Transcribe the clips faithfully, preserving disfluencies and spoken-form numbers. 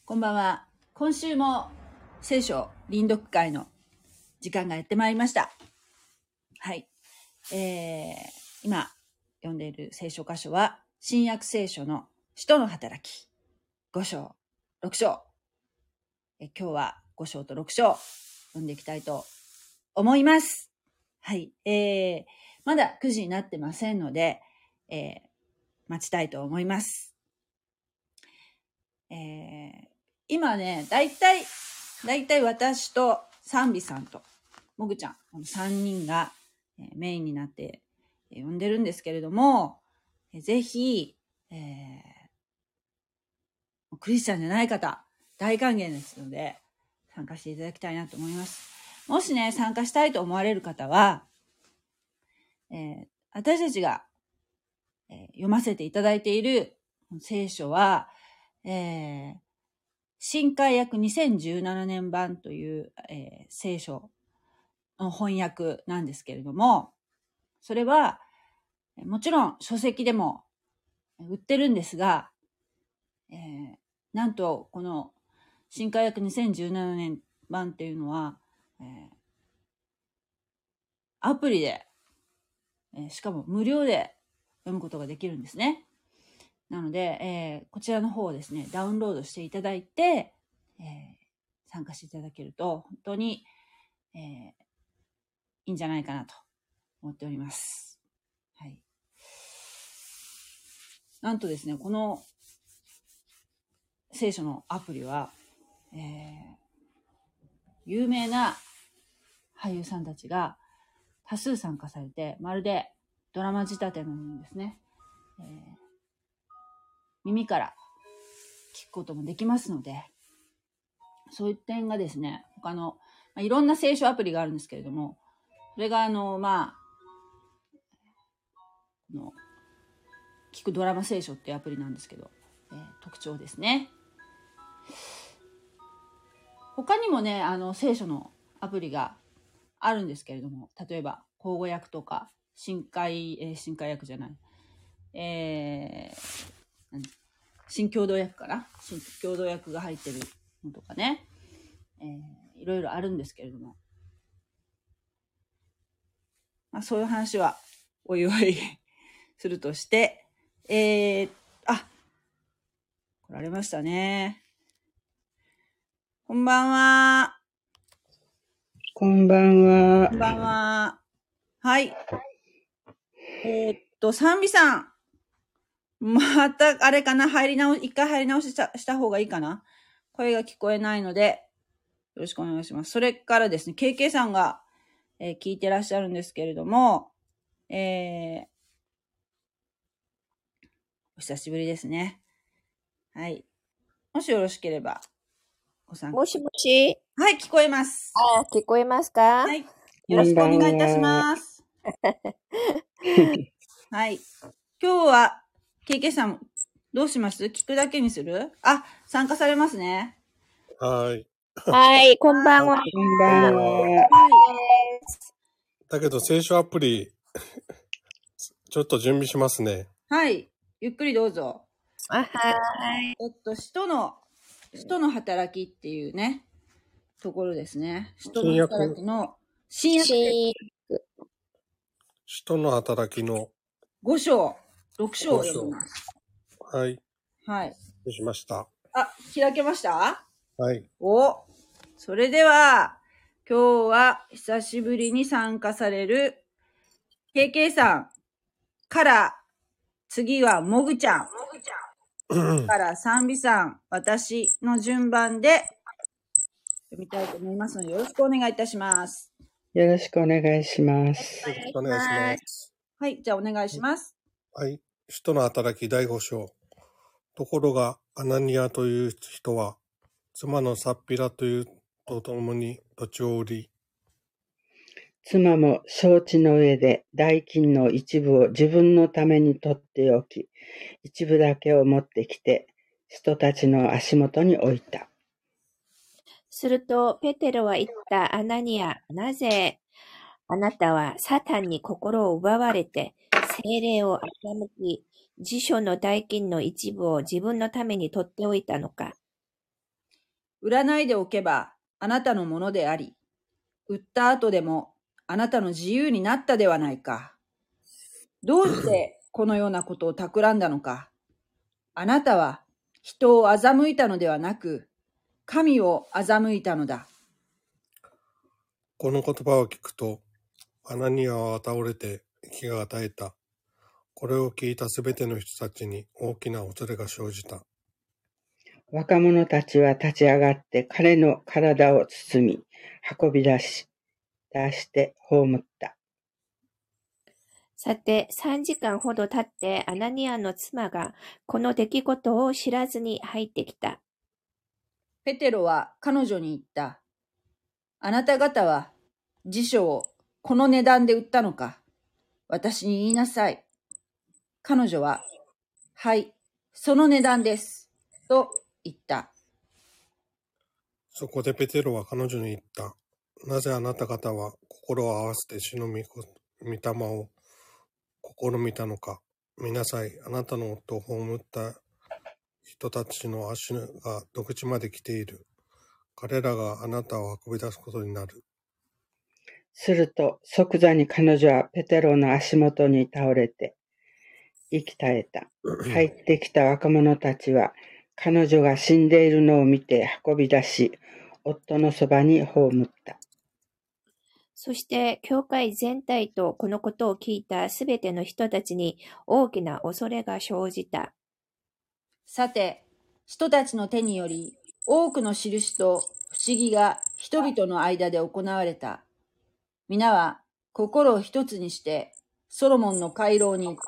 こんばんは。今週も聖書臨読会の時間がやってまいりました。はい。えー、今読んでいる聖書箇所は、新約聖書の使徒の働き、ご章、ろく章。え今日はご章とろく章読んでいきたいと思います。はい。えー、まだくじになってませんので、えー、待ちたいと思います。えー、今ね、だいたい、だいたい私と賛美さんともぐちゃん、このさんにんがメインになって呼んでるんですけれども、ぜひ、えー、クリスチャンじゃない方、大歓迎ですので、参加していただきたいなと思います。もしね、参加したいと思われる方は、えー、私たちが、えー、読ませていただいている聖書は、えー、新海訳にせんじゅうななねん版という、えー、聖書の翻訳なんですけれども、それはもちろん書籍でも売ってるんですが、えー、なんとこの新海訳にせんじゅうななねん版っていうのは、えー、アプリで、えー、しかも無料で読むことができるんですね。なので、えー、こちらの方をですね、ダウンロードしていただいて、えー、参加していただけると本当に、えー、いいんじゃないかなと思っております。はい。なんとですね、この聖書のアプリは、えー、有名な俳優さんたちが多数参加されて、まるでドラマ仕立てのようにですね、えー、耳から聞くこともできますので、そういう点がですね、他の、まあ、いろんな聖書アプリがあるんですけれども、それがあの、まあ、この聞くドラマ聖書っていうアプリなんですけど、えー、特徴ですね。他にもね、あの聖書のアプリがあるんですけれども、例えば口語訳とか新海、えー、新海訳じゃない、えー、新共同訳かな、新共同訳が入ってるのとかね、えー、いろいろあるんですけれども、まあ、そういう話はおいおいするとして、えー、あ、来られましたね。こんばんは。 こんばんは。 こんばんは。はい。えー、っと、賛美さん。また、あれかな、入り直し、一回入り直しした、した方がいいかな。声が聞こえないので、よろしくお願いします。それからですね、ケーケー さんが、えー、聞いてらっしゃるんですけれども、えー、お久しぶりですね。はい。もしよろしければ、ご参加。 もしもし。 はい、聞こえます。 あ、聞こえますか？ はい。よろしくお願いいたします。はい。今日は、ケーケー さん、どうします？聞くだけにする？あ、参加されますね。 はい。 はい、こんばんは。 こんばんは。はい。 だけど、聖書アプリ、ちょっと準備しますね。 はい。ゆっくりどうぞ。 あ、はい。 えっと、使徒の、使徒の働きっていうね、ところですね。使徒の働きの新約聖書。 使徒の働きのご章、ろく章を読みます。 はい。 はい。 どうしました？ あ、開けました？ はい。 お、それでは、今日は久しぶりに参加される ケーケー さんから、次はもぐちゃん。から賛美さん、私の順番で読みたいと思いますので、よろしくお願いいたします。 よろしくお願いします。 よろしくお願いします。 はい、じゃあお願いします。 はい。使徒の働きだいご章。ところが、アナニアという人は、妻のサッピラというと共に土地を売り、 妻も承知の上で代金の一部を自分のために取っておき、一部だけを持ってきて、人たちの足元に置いた。 すると、ペテロは言った。アナニア、なぜあなたはサタンに心を奪われて、聖霊を欺き、辞書の代金の一部を自分のために取っておいたのか。 売らないでおけばあなたのものであり、売った後でもあなたの自由になったではないか。どうしてこのようなことを企んだのか。あなたは人を欺いたのではなく、神を欺いたのだ。 この言葉を聞くと、アナニアは倒れて息が絶えた。これを聞いたすべての人たちに大きな恐れが生じた。 若者たちは立ち上がって彼の体を包み、運び出し、出して葬った。 さて、三時間ほど経ってアナニアの妻がこの出来事を知らずに入ってきた。 ペテロは彼女に言った。あなた方は辞書をこの値段で売ったのか。私に言いなさい。彼女は、はい、その値段です。と言った。 そこでペテロは彼女に言った。なぜあなた方は心を合わせて主の御霊を試みたのか。見なさい。あなたの夫を葬った人たちの足が独地まで来ている。彼らがあなたを運び出すことになる。 すると即座に彼女はペテロの足元に倒れて息絶えた。入ってきた若者たちは彼女が死んでいるのを見て運び出し、夫のそばに葬った。 そして教会全体とこのことを聞いたすべての人たちに大きな恐れが生じた。 さて、人たちの手により多くの印と不思議が人々の間で行われた。皆は心を一つにしてソロモンの回廊に行った。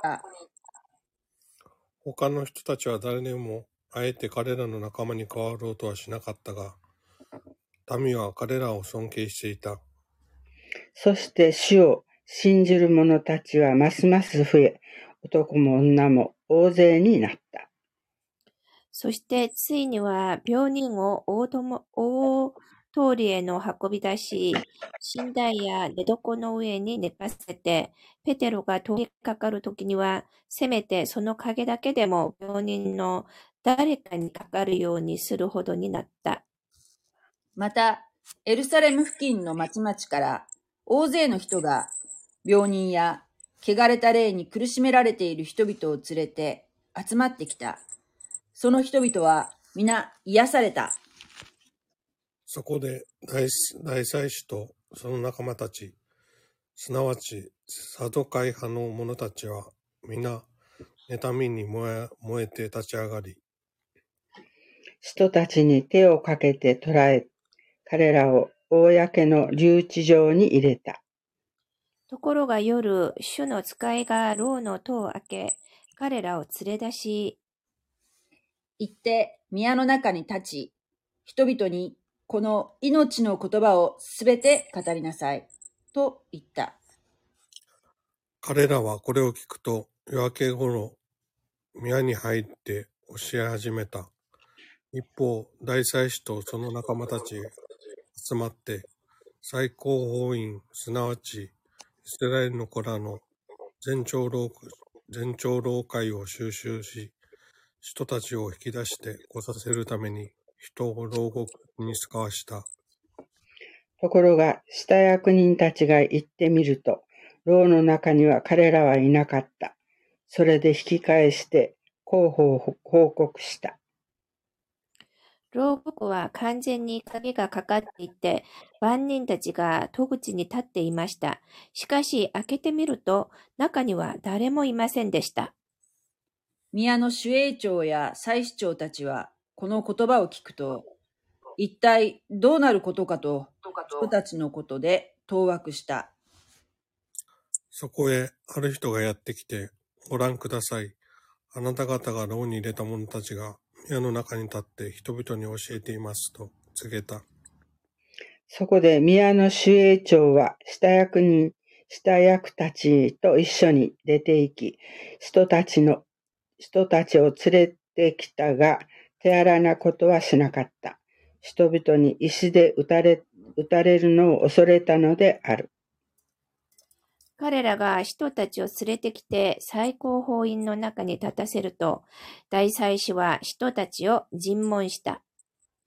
他の人たちは誰でもあえて彼らの仲間に加わろうとはしなかったが、民は彼らを尊敬していた。 そして主を信じる者たちはますます増え、男も女も大勢になった。 そしてついには病人を大通りへの運び出し、寝台や寝床の上に寝かせて、ペテロが通りかかるときには、せめてその影だけでも病人の誰かにかかるようにするほどになった。 また、エルサレム付近の町々から大勢の人が病人や汚れた霊に苦しめられている人々を連れて集まってきた。その人々は皆癒された。 そこで大大祭司とその仲間たち、すなわちサドカイ派の者たちは皆妬みに燃え、燃えて立ち上がり、 人たちに手をかけて捕らえ、彼らを公の留置場に入れた。 ところが夜、主の使いが牢の戸を開け、彼らを連れ出し、 行って宮の中に立ち、人々にこの命の言葉をすべて語りなさい、と言った。 彼らはこれを聞くと夜明け頃、宮に入って教え始めた。一方、大祭司とその仲間たちが集まって、最高法院、すなわちイスラエルの子らの全長老全長老会を収集し、人たちを引き出して来させるために人を牢獄に使わした。 ところが下役人たちが行ってみると、牢の中には彼らはいなかった。それで引き返して広報を報告した。 牢獄は完全に鍵がかかっていて、番人たちが戸口に立っていました。しかし開けてみると、中には誰もいませんでした。 宮の守衛長や祭司長たちはこの言葉を聞くと、一体どうなることかと人たちのことで当惑した。 そこへある人がやってきて、ご覧ください。あなた方が牢に入れた者たちが宮の中に立って人々に教えていますと告げた。 そこで宮の守衛長は下役人、下役たちと一緒に出て行き、人たちの、人たちを連れてきたが、手荒なことはしなかった。人々に石で撃たれ、撃たれるのを恐れたのである。 彼らが人たちを連れてきて最高法院の中に立たせると、大祭司は人たちを尋問した。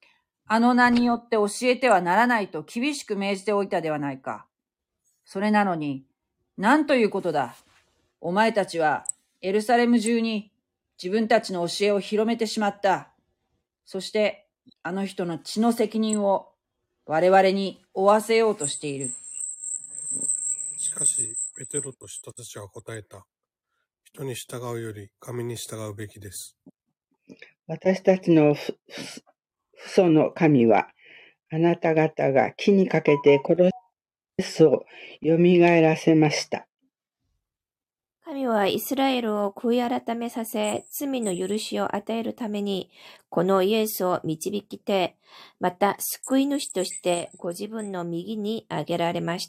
あの名によって教えてはならないと厳しく命じておいたではないか。それなのに、なんということだ。お前たちはエルサレム中に自分たちの教えを広めてしまった。そして、あの人の血の責任を我々に負わせようとしている。 しかし、ペテロと人たちは答えた。人に従うより神に従うべきです。 私たちの父祖の神は、あなた方が木にかけて殺すをよみがえらせました。 神はイスラエルを悔い改めさせ、罪の許しを与えるために、このイエスを導きて、また救い主としてご自分の右に挙げられました。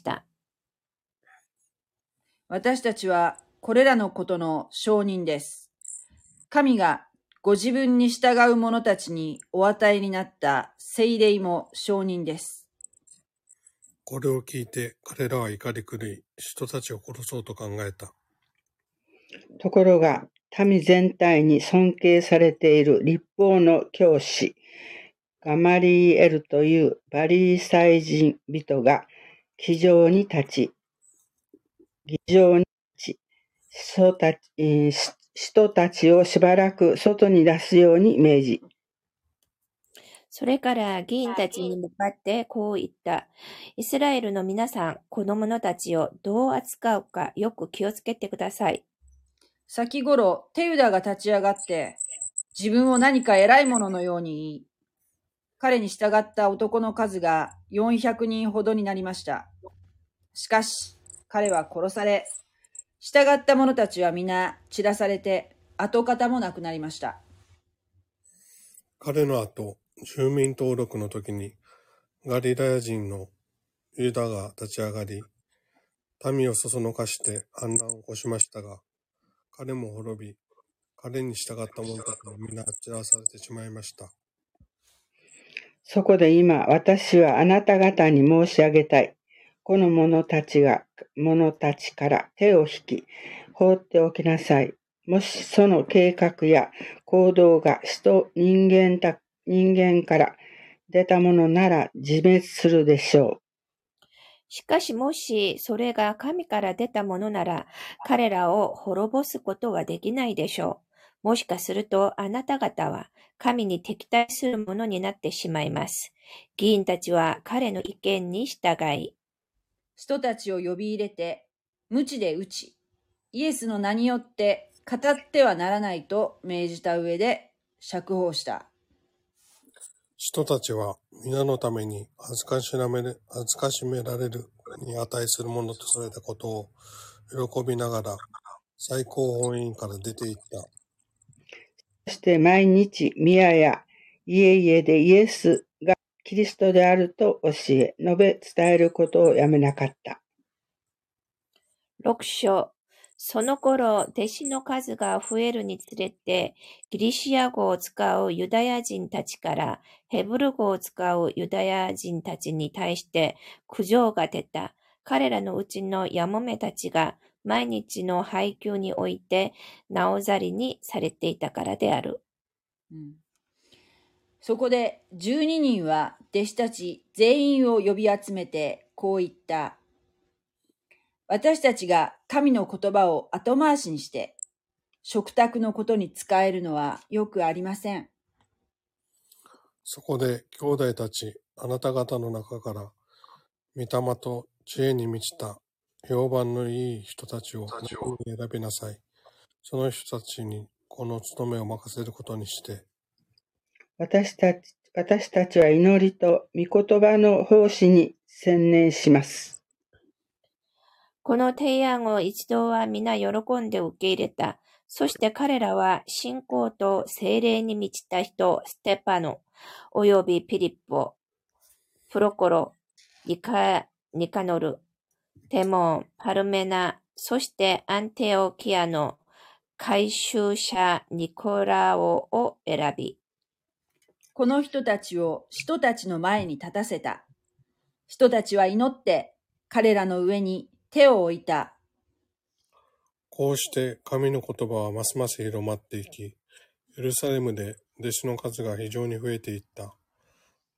私たちはこれらのことの証人です。神がご自分に従う者たちにお与えになった聖霊も証人です。 これを聞いて彼らは怒り狂い、人たちを殺そうと考えた。 ところが、民全体に尊敬されている律法の教師、ガマリエルというバリーサイ人人が議場に立ち、議場に立ち、人たち、えー人たちをしばらく外に出すように命じ、 それから議員たちに向かってこう言った。イスラエルの皆さん、この者たちをどう扱うかよく気をつけてください。 先頃、テユダが立ち上がって、自分を何か偉いもののように言い、彼に従った男の数がよんひゃくにんほどになりました。しかし、彼は殺され、従った者たちは皆散らされて、跡形もなくなりました。 彼の後、住民登録の時に、ガリラヤ人のユダが立ち上がり、民をそそのかして反乱を起こしましたが、彼も滅び、彼に従った者たちも皆散らされてしまいました。 そこで今、私はあなた方に申し上げたい。この者たちが、者たちから手を引き、放っておきなさい。もしその計画や行動が人、人間た、人間から出たものなら自滅するでしょしかしもしそれが神から出たものなら、彼らを滅ぼすことはできないでしょう。もしかするとあなた方は神に敵対するものになってしまいます。議員たちは彼の意見に従い、 人たちを呼び入れて、鞭で打ち、イエスの名によって語ってはならないと命じた上で釈放した。 人たちは皆のために恥ずかしめれ恥ずかしめられるに値するものとされたことを喜びながら最高法院から出て行った。 う。そして毎日宮や家々でイエスがキリストであると教え、述べ伝えることをやめなかった。 六章。その頃、弟子の数が増えるにつれて、ギリシア語を使うユダヤ人たちからヘブル語を使うユダヤ人たちに対して苦情が出た。彼らのうちのやもめたちが毎日の配給においてなおざりにされていたからである。 うん、そこで十二人は弟子たち全員を呼び集めてこう言った。私たちが神の言葉を後回しにして、食卓のことに使えるのはよくありません。 そこで兄弟たち、あなた方の中から、御霊と知恵に満ちた評判のいい人たちを選びなさい。その人たちにこの務めを任せることにして、 私たち、私たちは祈りと御言葉の奉仕に専念します。 この提案を一度は皆喜んで受け入れた。そして彼らは信仰と聖霊に満ちた人、ステパノ、およびピリッポ、プロコロ、ニカ、ニカノル、テモン、パルメナ、そしてアンテオキアの改宗者ニコラオを選び、 この人たちを人たちの前に立たせた。人たちは祈って彼らの上に手を置いた。 こうして神の言葉はますます広まっていき、エルサレムで弟子の数が非常に増えていった。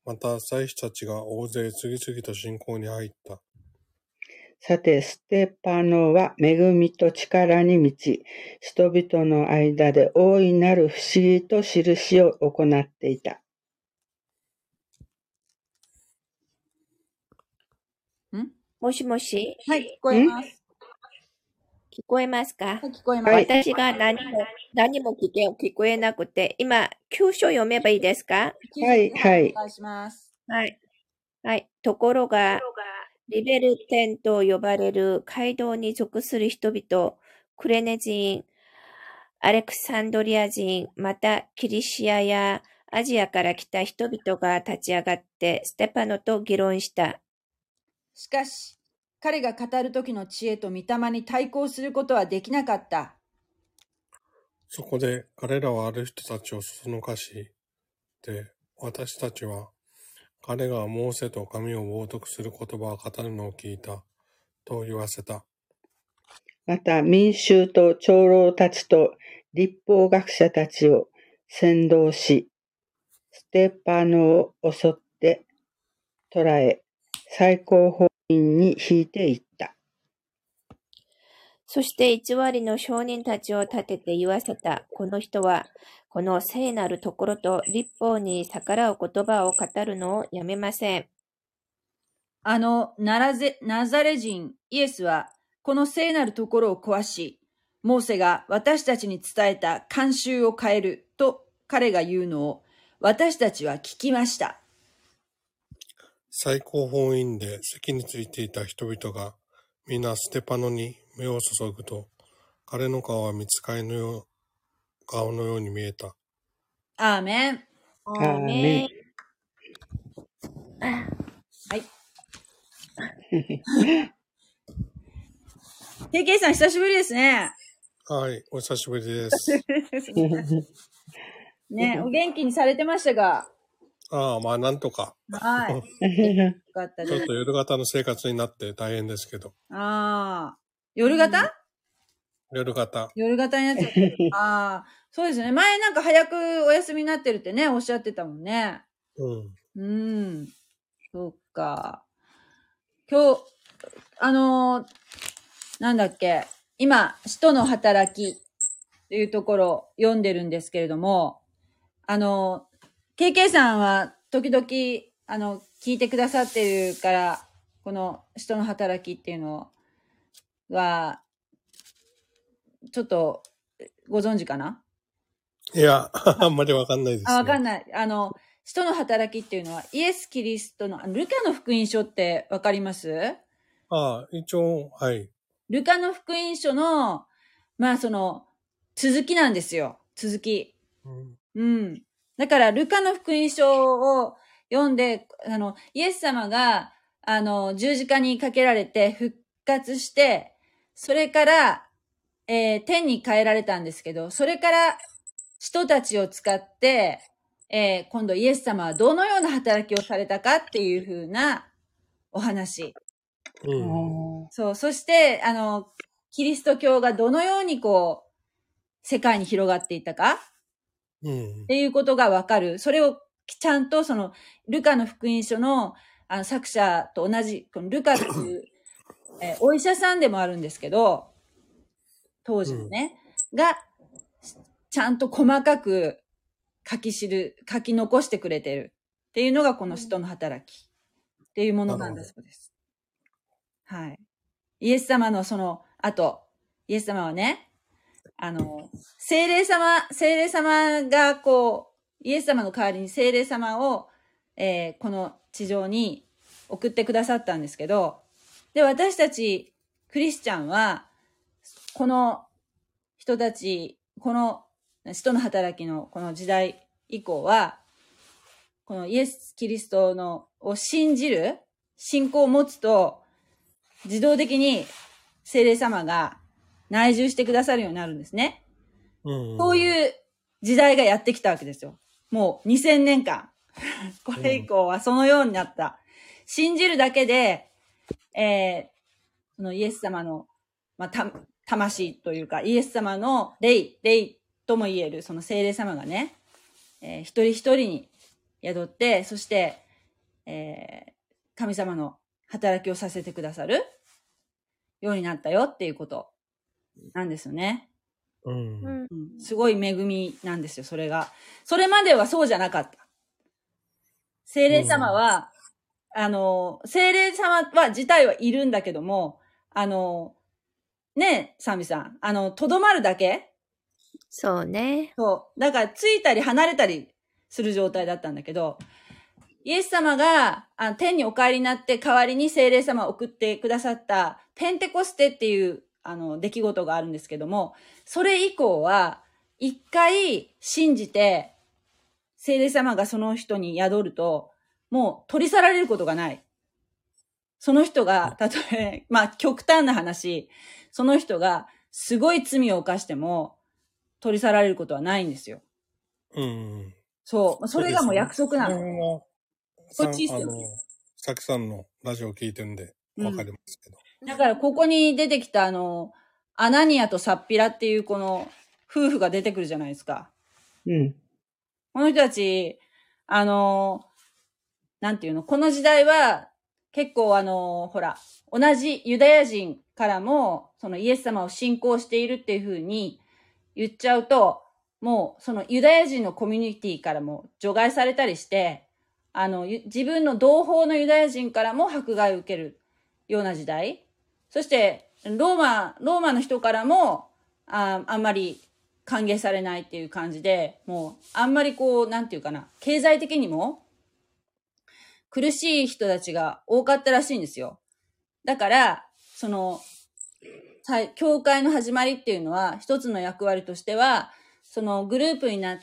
また祭司たちが大勢次々と信仰に入った。 さて、ステパノは恵みと力に満ち、人々の間で大いなる不思議と印を行っていた。 んもしもし、 はい、聞こえます。 聞こえますか？ はい、聞こえます。 はい私が何も、何も聞け、聞こえなくて、今、旧書読めばいいですか？ はいはいお願いします。 はい。はい。ところが、リベルテンと呼ばれる街道に属する人々、クレネ人、アレクサンドリア人、またキリシアやアジアから来た人々が立ち上がってステパノと議論した。 しかし、彼が語る時の知恵と御霊に対抗することはできなかった。 そこで彼らはある人たちをそそのかし、で、私たちは彼がモーセと神を冒涜する言葉を語るのを聞いたと言わせた。 また民衆と長老たちと律法学者たちを先導し、ステパノを襲って捕らえ、最高法院に引いていった。 そして偽りの証人たちを立てて言わせた。この人は、この聖なるところと律法に逆らう言葉を語るのをやめません。 あのナラゼナザレ人イエスは、この聖なるところを壊し、モーセが私たちに伝えた慣習を変えると彼が言うのを私たちは聞きました。 最高法院で席についていた人々が皆ステパノに目を注ぐと、彼の顔は御使いのよう顔のように見えた。 アーメン。 アーメン。 はい。ケーケー さん久しぶりですね。 はい、お久しぶりです。 ね、お元気にされてましたが。 ああ、まあなんとか。 はい。よかったです。 ちょっと夜型の生活になって大変ですけど。 ああ、夜型、うん、 夜型。 夜型になっちゃった。ああ、そうですね。前なんか早くお休みになってるってね、おっしゃってたもんね。 うん。 うん。そっか。今日、あのー、なんだっけ。今、使徒の働きっていうところを読んでるんですけれども、あの、ケーケー さんは時々、あの、聞いてくださってるから、この使徒の働きっていうのは、ちょっとご存知かな？ いや、あんまりわかんないですね。 あ、わかんない。あの、使徒の働きっていうのは、イエス・キリストの、ルカの福音書ってわかります？ ああ、一応、はい。 ルカの福音書の、まあその、続きなんですよ。続き。うん。うん。だから、ルカの福音書を読んで、あの、イエス様が、あの、十字架にかけられて復活して、それから、えー、天に帰られたんですけど、それから人たちを使って、えー、今度イエス様はどのような働きをされたかっていう風なお話。うん、そう。そして、あの、キリスト教がどのようにこう、世界に広がっていったか、うん、っていうことがわかる。それをちゃんとその、ルカの福音書の、あの作者と同じ、このルカっていう、えー、お医者さんでもあるんですけど、当時のね、うん、が、ちゃんと細かく書き知る、書き残してくれてるっていうのがこの使徒の働きっていうものなんだそうです。はい。イエス様のその後、イエス様はね、あの、聖霊様、聖霊様がこう、イエス様の代わりに聖霊様を、えー、この地上に送ってくださったんですけど、で、私たちクリスチャンは、この人たち、この使徒の働きのこの時代以降は、このイエス・キリストのを信じる、信仰を持つと、自動的に聖霊様が内住してくださるようになるんですね。うん、そういう時代がやってきたわけですよ。もうにせんねんかん。これ以降はそのようになった。信じるだけで、えー、そのイエス様の、まあ、た、魂というか、イエス様の霊、霊とも言えるその聖霊様がね、えー、一人一人に宿って、そしてえー、神様の働きをさせてくださるようになったよっていうことなんですよね。 うん。 うん。 うん、すごい恵みなんですよ、それが。それまではそうじゃなかった。聖霊様は、あの、聖霊様は自体はいるんだけども、あの、ねえ、サミさん、あの、とどまるだけそうね。 そう。だから、ついたり離れたりする状態だったんだけど、イエス様があ天にお帰りになって代わりに聖霊様を送ってくださったペンテコステっていうあの出来事があるんですけども、それ以降は一回信じて聖霊様がその人に宿るともう取り去られることがない。その人が、たとえ、まあ極端な話、その人がすごい罪を犯しても取り去られることはないんですよ。 うん。 そう。それがもう約束なの。 の。さん、あの、さきさんのラジオを聞いてるんでわかりますけど、 うん。だからここに出てきたあの、アナニアとサッピラっていうこの夫婦が出てくるじゃないですか。 うん。 この人たち、あの、なんていうの、この時代は結構あの、ほら、同じユダヤ人からも、そのイエス様を信仰しているっていう風に言っちゃうと、もうそのユダヤ人のコミュニティからも除外されたりして、あの、自分の同胞のユダヤ人からも迫害を受けるような時代。そして、ローマ、ローマの人からも、あ、あんまり歓迎されないっていう感じで、もう、あんまりこう、なんていうかな、経済的にも苦しい人たちが多かったらしいんですよ。だから、その、教会の始まりっていうのは、一つの役割としては、そのグループになって、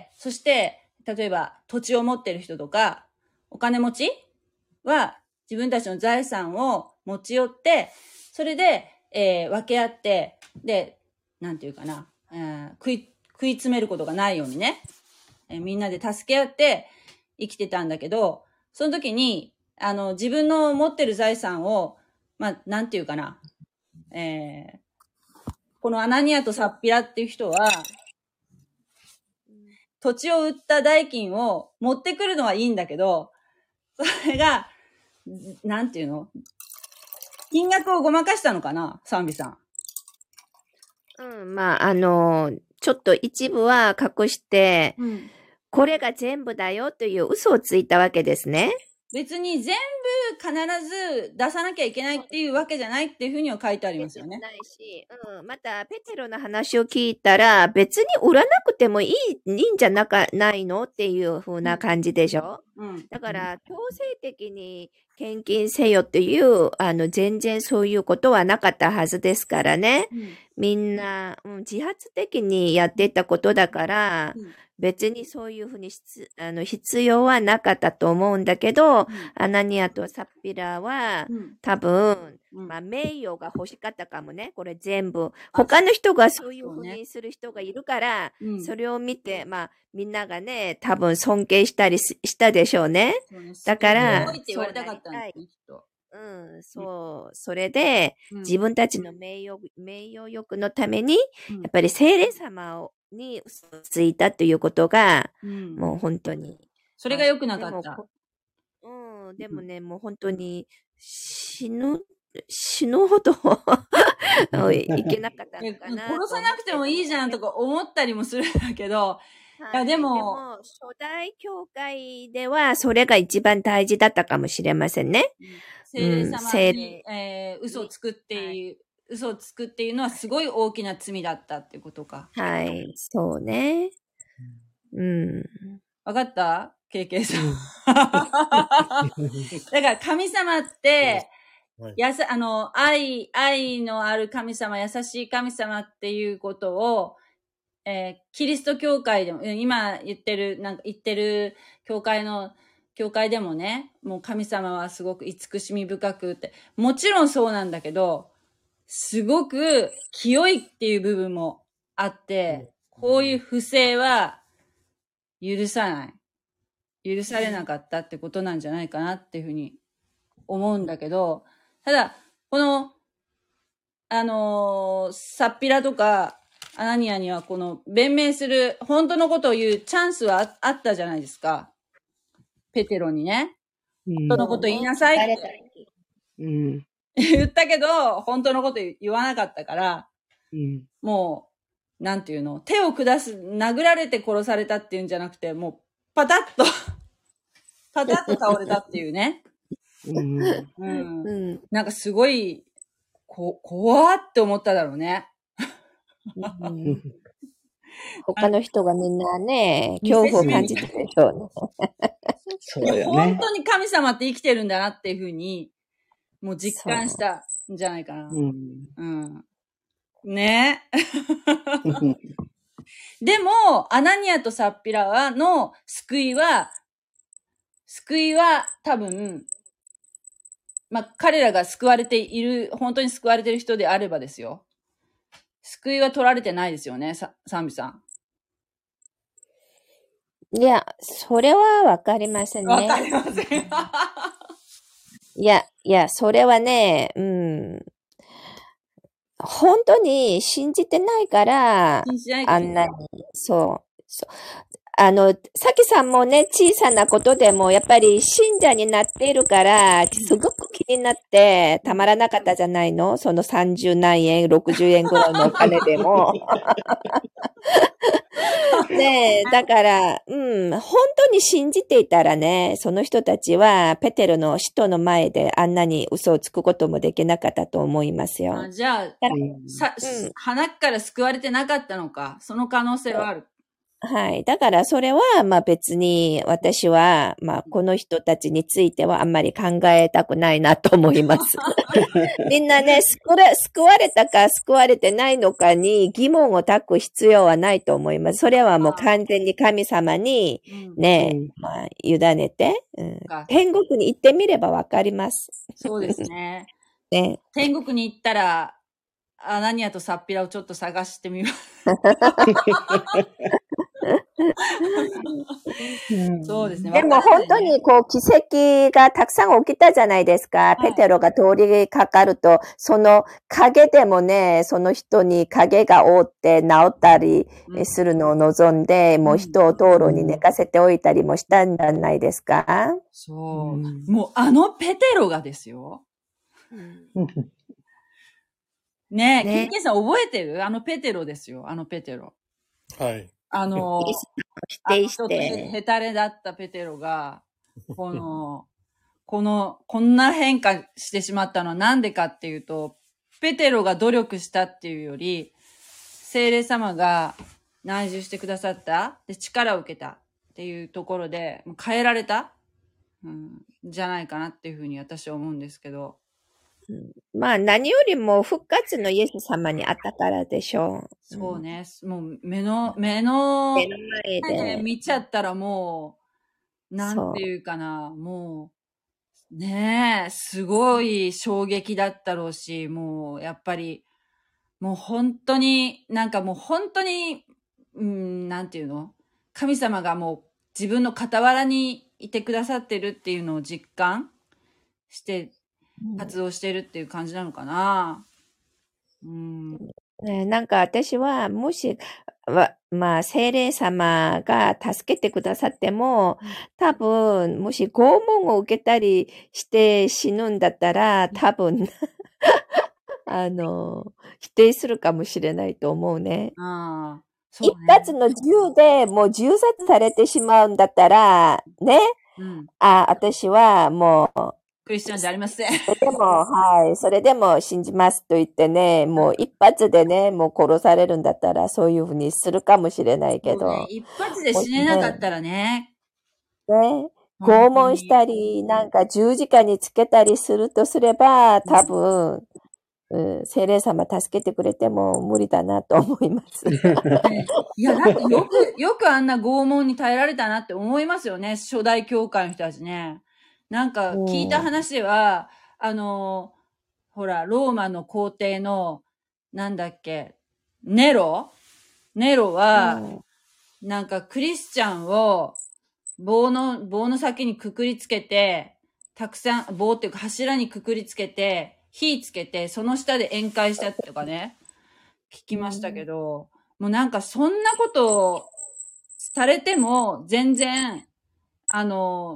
そして、例えば土地を持ってる人とか、お金持ちは自分たちの財産を持ち寄って、それで、えー、分け合って、で、なんていうかな、えー、食い、食い詰めることがないようにね、えー、みんなで助け合って生きてたんだけど、その時に、あの、自分の持ってる財産を、まあ、なんていうかな、えー、このアナニアとサッピラっていう人は、土地を売った代金を持ってくるのはいいんだけど、それが、なんていうの？金額をごまかしたのかな？サンビさん。 うん、まあ、あの、ちょっと一部は隠して、うん、これが全部だよという嘘をついたわけですね。 別に全部必ず出さなきゃいけないっていうわけじゃないっていうふうには書いてありますよね。 ないし、うん、またペテロの話を聞いたら別に売らなくてもいい、いいんじゃなかないのっていう風な感じでしょ、うん、だから強制的に献金せよっていう、あの全然そういうことはなかったはずですからね。うん、みんな、うん、自発的にやっていたことだから、うん、別にそういうふうにあの必要はなかったと思うんだけど、うん、アナニアとサッピラは、うん、多分、うん、まあ、名誉が欲しかったかもね。これ全部。他の人がそういうふうにする人がいるから、そ, ね、うん、それを見て、まあ、みんながね、多分尊敬したりしたでしょうね。ねだから、 すごいって言われたかったんですね、きっと。 うん、そう、それで、うん、自分たちの名誉、名誉欲のために、うん、やっぱり聖霊様をに嘘をついたということが、うん、もう本当に。 それが良くなかった。 うん、でもね、もう本当に死ぬ、死ぬほどいけなかったのかな。 殺さなくてもいいじゃんとか思ったりもするんだけど、いやでも、 でも初代教会ではそれが一番大事だったかもしれませんね。 聖霊様に、うん、えー、嘘をつくっていう、はい、嘘をつくっていうのはすごい大きな罪だったっていうことか。 はい、そうね。うん。 わかった？ケーケー さん。だから神様って、はい、やさ、あの、愛、愛のある神様、優しい神様っていうことを、えー、キリスト教会でも、今言ってる、なんか言ってる教会の、教会でもね、もう神様はすごく慈しみ深くって、もちろんそうなんだけど、すごく清いっていう部分もあって、こういう不正は許さない。許されなかったってことなんじゃないかなっていうふうに思うんだけど、ただ、この、あのー、サッピラとかアナニアにはこの弁明する、本当のことを言うチャンスはあったじゃないですか。ペテロにね。 うん本当のこと言いなさいっ疲れたて時。 うん言ったけど、本当のこと言わなかったから、 うんもう、なんていうの、手を下す、殴られて殺されたっていうんじゃなくて、もう、パタッと、パタッと倒れたっていうね。 うんうん。 うん。 なんかすごい、こ、怖って思っただろうね。 うん他の人がみんなね、 見せ恐怖をしめみたい感じてるでしょうね。 そうよね。 本当に神様って生きてるんだなっていうふうに、もう実感したんじゃないかな。 うんうん。ねでも、アナニアとサッピラはの救いは、救いは多分、まあ、彼らが救われている、本当に救われている人であればですよ。救いは取られてないですよね、さ、サンビさん。 いや、それはわかりませんね。 わかりません。 いや、いや、それはね、うん。本当に信じてないから、 信じないけどあんなに、そう。そうあの、さきさんもね、小さなことでも、やっぱり信者になっているから、すごく気になって、たまらなかったじゃないのそのさんじゅう何円、ろくじゅうえんぐらいのお金でも。ねえ、だから、うん、本当に信じていたらね、その人たちは、ペテロの使徒の前であんなに嘘をつくこともできなかったと思いますよ。 あじゃあ、さ、 うん鼻から救われてなかったのか。その可能性はある。 はい。だからそれは、まあ別に私は、まあこの人たちについてはあんまり考えたくないなと思います。みんなね、救われ、救われたか救われてないのかに疑問を抱く必要はないと思います。それはもう完全に神様にうんね、 うんまあ委ねて、うんか天国に行ってみればわかります。 そうですね。 ね。 天国に行ったら、アナニアとサッピラをちょっと探してみます。そうですね。 でも本当にこう奇跡がたくさん起きたじゃないですか。 いペテロが通りかかると、その影でもね、その人に影が覆って治ったりうんするのを望んで、もう人を道路に寝かせておいたりもしたんじゃないですか。 そう。 うんもうあのペテロがですよ。ねえ、 ねキンキンさん覚えてるあのペテロですよ。あのペテロ。 はい。 あの、 否あの定しちょっとへて。 へたれだったペテロが、この、この、こんな変化してしまったのはなんでかっていうと、ペテロが努力したっていうより、聖霊様が内住してくださった、で、力を受けたっていうところで、もう変えられた、うん、じゃないかなっていうふうに私は思うんですけど。 まあ何よりも復活のイエス様に会ったからでしょう。 そうね。もう目の、目の目の前前でで。 見ちゃったらもう、なんていうかな、もう、ねえ、すごい衝撃だったろうし、もうやっぱり、もう本当に、なんかもう本当に、うん、なんていうの神様がもう自分の傍らにいてくださってるっていうのを実感して活動してるっていう感じなのかな。うん。 ね、なんか私は、もし、わまあ、聖霊様が助けてくださっても、多分、もし拷問を受けたりして死ぬんだったら、多分、あの、否定するかもしれないと思うね。 ああ、そう一ね。 発の銃でもう銃殺されてしまうんだったら、ね、 うん。 あ、私はもう、 クリスチャンじゃありません。 それでも、はい、それでも信じますと言ってね、もう一発でね、もう殺されるんだったら、そういうふうにするかもしれないけど、 そうね、一発で死ねなかったらね。 ね、拷問したり、なんか十字架につけたりするとすれば、多分、うん、聖霊様助けてくれても無理だなと思います。 いや、だってよく、よくあんな拷問に耐えられたなって思いますよね。初代教会の人たちね。なんか聞いた話では、あの、ほら、ローマの皇帝の、なんだっけ、ネロネロは、なんかクリスチャンを棒の、棒の先にくくりつけて、たくさん、棒っていうか柱にくくりつけて、火つけて、その下で宴会したとかね、聞きましたけど、もうなんかそんなことをされても、全然、あの、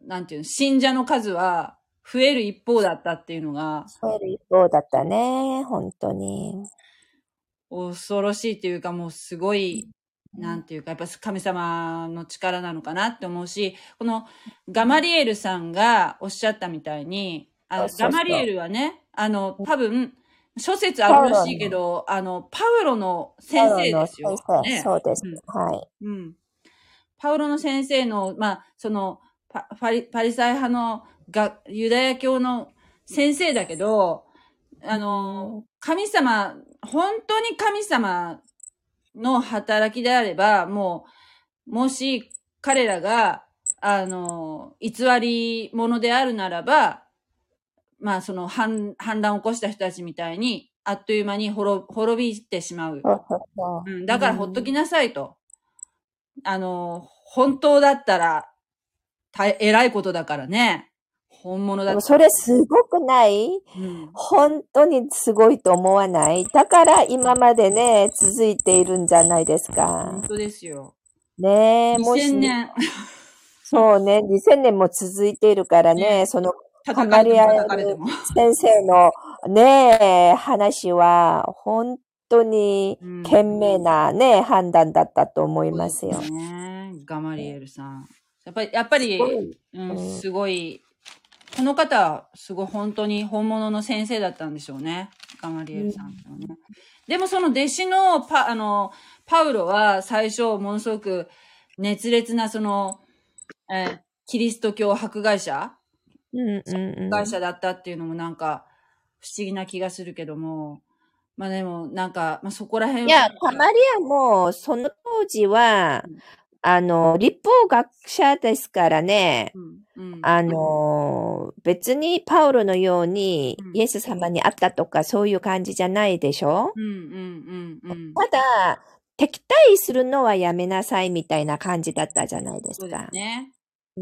なんていうの、信者の数は増える一方だったっていうのが、 増える一方だったね。本当に。 恐ろしいというか、もうすごい、なんていうか、やっぱ神様の力なのかなって思うし、このガマリエルさんがおっしゃったみたいに、あそうそうそうガマリエルはね、あの、多分、諸説あるらしいけど、あの、パウロの先生ですよ。 パウロの先生、 ね、 そうです、 うん。 はい。 うん。パウロの先生の、まあ、その、パパリパリサイ派のがユダヤ教の先生だけど、あの、神様、本当に神様の働きであれば、もう、もし彼らが、あの、偽り者であるならば、まあ、その反、反乱を起こした人たちみたいに、あっという間に滅滅びてしまう。うん、だからほっときなさいと。あの、本当だったら、た偉いことだからね。本物だったら。 それすごくない、うん、本当にすごいと思わない？だから今までね、続いているんじゃないですか。 本当ですよ。 ねえ、もし。にせんねん。そうね、にせんねんも続いているからね、ねその、ハマリアル先生のね、話は、本当に賢明なね、うん、判断だったと思いますよ。 そうですね。ガマリエルさん。やっぱり、やっぱり、うん、すごい、この方はすごい本当に本物の先生だったんでしょうね。ガマリエルさん、ねうん。でもその弟子のパ、あの、パウロは最初ものすごく熱烈なその、えー、キリスト教迫害者うんうんうん、 迫害者だったっていうのもなんか不思議な気がするけども、まあでもなんか、まあそこら辺は。 いや、カマリアもその当時は、うんあの、立法学者ですからね、うんうん、あの、別にパウロのようにイエス様に会ったとかそういう感じじゃないでしょ、うんうんうんうん、ただ、敵対するのはやめなさいみたいな感じだったじゃないですか。 そうですね。 うん、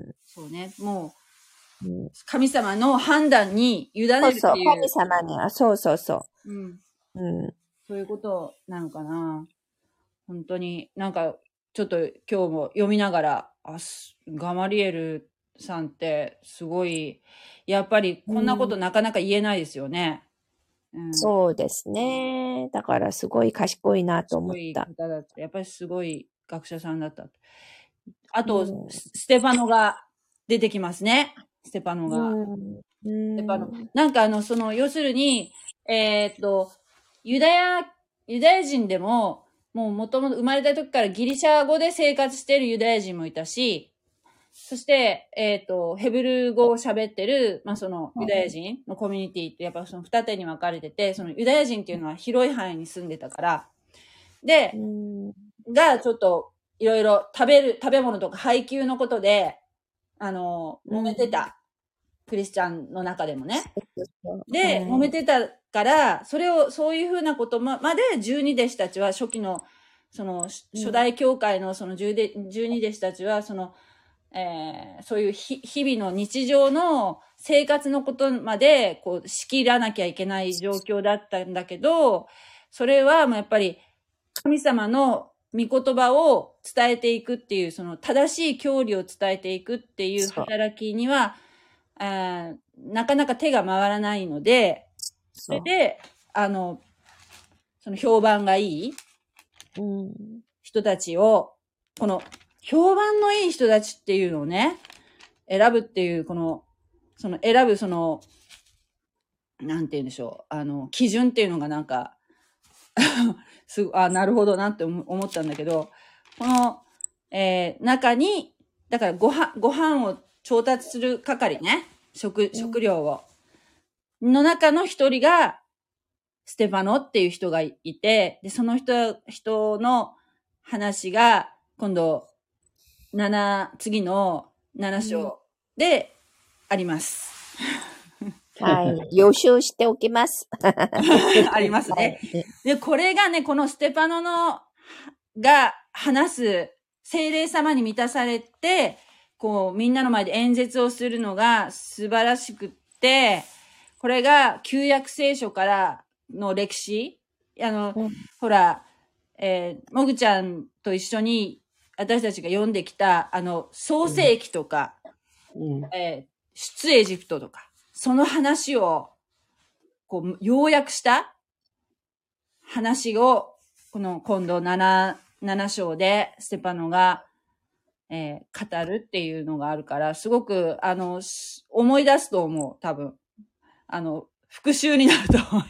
そうね。もう、うん、神様の判断に委ねるっていう。そうそう、 神様には、そうそうそう。 うんうん、そういうことなのかな。本当になんか、ちょっと今日も読みながら、あ、ガマリエルさんってすごい、やっぱりこんなことなかなか言えないですよね。 うんうん、そうですね。だからすごい賢いなと思った。 賢い方だった。やっぱりすごい学者さんだった。あと、うん、ステパノが出てきますね。ステパノが。うん、ステパノ。なんかあの、その、要するに、えー、っと、ユダヤ、ユダヤ人でも、もう元々生まれた時からギリシャ語で生活しているユダヤ人もいたし、そして、えっと、ヘブル語を喋ってる、まあ、そのユダヤ人のコミュニティってやっぱその二手に分かれてて、そのユダヤ人っていうのは広い範囲に住んでたから、で、がちょっといろいろ食べる、食べ物とか配給のことで、あの、揉めてた。クリスチャンの中でもね。で、揉めてたから、それを、そういうふうなことまで十二弟子たちは、初期の、その、初代教会のその十二弟子たちは、その、えー、そういう日々の日常の生活のことまで、こう、仕切らなきゃいけない状況だったんだけど、それはもうやっぱり、神様の御言葉を伝えていくっていう、その正しい教理を伝えていくっていう働きには、あなかなか手が回らないので、それで、あの、その評判がいい人たちを、この評判のいい人たちっていうのをね、選ぶっていう、この、その選ぶその、なんて言うんでしょう、あの、基準っていうのがなんか、すあ、なるほどなって思ったんだけど、この、えー、中に、だからご飯、ご飯を調達する係ね。食、食料を。の中の一人が、ステパノっていう人がいて、で、その人、人の話が、今度、七、次の七章であります。 はい。予習しておきます。 ありますね。で、これがね、このステパノの、が話す、聖霊様に満たされて、こう、みんなの前で演説をするのが素晴らしくって、これが旧約聖書からの歴史、あの、うん、ほら、えー、もぐちゃんと一緒に私たちが読んできた、あの、創世記とか、 うん。 えー出エジプトとか、その話を、こう、要約した話を、この今度7、7章でステパノが、えー語るっていうのがあるから、すごく、あの、し思い出すと思う、多分。あの、復習になると思う。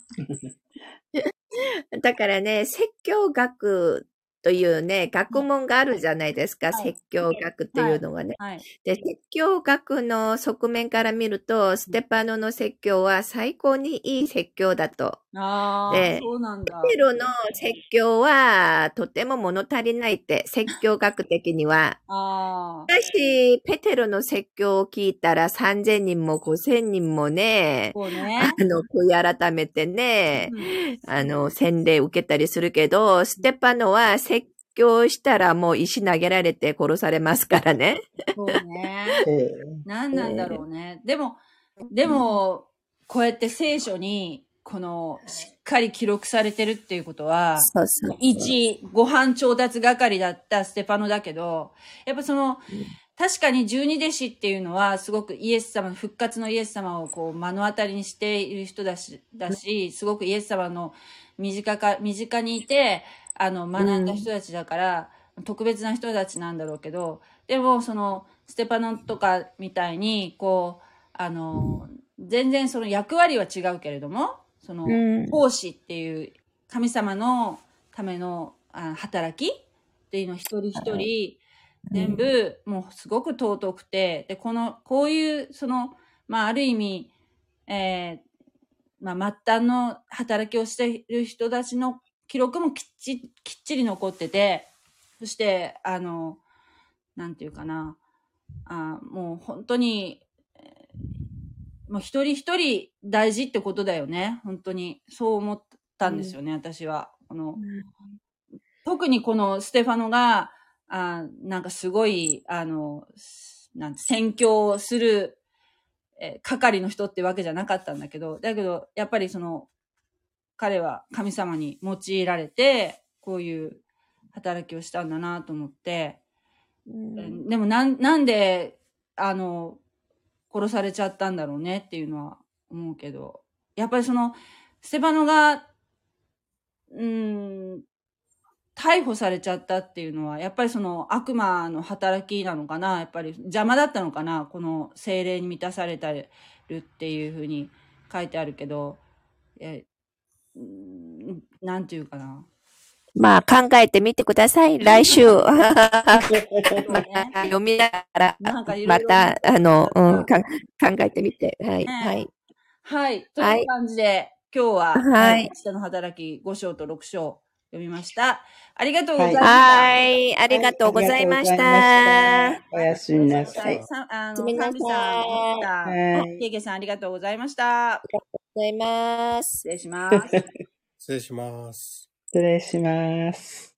だからね、説教学というね、学問があるじゃないですか、 はい説教学っていうのがね。 はい。 で、説教学の側面から見ると、ステパノの説教は最高にいい説教だと。 ああ、 で、 そうなんだ。 ペテロの説教はとても物足りないって、説教学的には。 ああ、 しかし、ペテロの説教を聞いたらさんぜんにんもごせんにんもね、 そうあね。 の、悔い改めてね、 うんあの、洗礼受けたりするけど、ステパノは説教したらもう石投げられて殺されますからね。 そうね。 ええ。 何なんだろうね。でも、でも、こうやって聖書に、この、しっかり記録されてるっていうことは、 そうそうそう。 一、ご飯調達係だったステパノだけど、やっぱその、確かに十二弟子っていうのは、すごくイエス様、復活のイエス様をこう目の当たりにしている人だし、だし、すごくイエス様の身近か、身近にいて、あの、学んだ人たちだから、特別な人たちなんだろうけど、でも、その、ステパノとかみたいに、こう、あの、全然その役割は違うけれども、そのうん、 奉仕っていう神様のためのあ働きっていうのを一人一人全部もうすごく尊くて、で、この、こういう、その、まあある意味、えー、まあ末端の働きをしている人たちの記録もきっちきっちり残ってて、そして、あの、なんていうかな、あもう本当に、もう一人一人大事ってことだよね。本当に。そう思ったんですよね、私は。この、特にこのステファノが、あなんかすごい、あの、なんて宣教する、えー係の人ってわけじゃなかったんだけど、だけど、やっぱりその、彼は神様に用いられて、こういう働きをしたんだなと思って、 うんでもなん、なんで、あの、殺されちゃったんだろうねっていうのは思うけど、やっぱりその、ステパノが、うーん、逮捕されちゃったっていうのは、やっぱりその悪魔の働きなのかな、やっぱり邪魔だったのかな、この精霊に満たされたるっていうふうに書いてあるけど、えうーんなんていうかな。 まあ考えてみてください。来週。 そうまね。 た読みながら、 なんかいろいろまた、あの、うん、 ねか考えてみて。はい、はい。 はい。とはいいう感じで、今日は、 はい明日の働きご章とろく章読みました。ありがとうございはい。 ました。 はい、ありがとうございましはい、ありがとうございました。 た。 おやすみなさい。 さあの、 ごめんなサンビさん、ミキさい。 さん、 はい。 ケイケイさんありがとうございました。 ございます。 失礼します。 失礼します。 失礼します。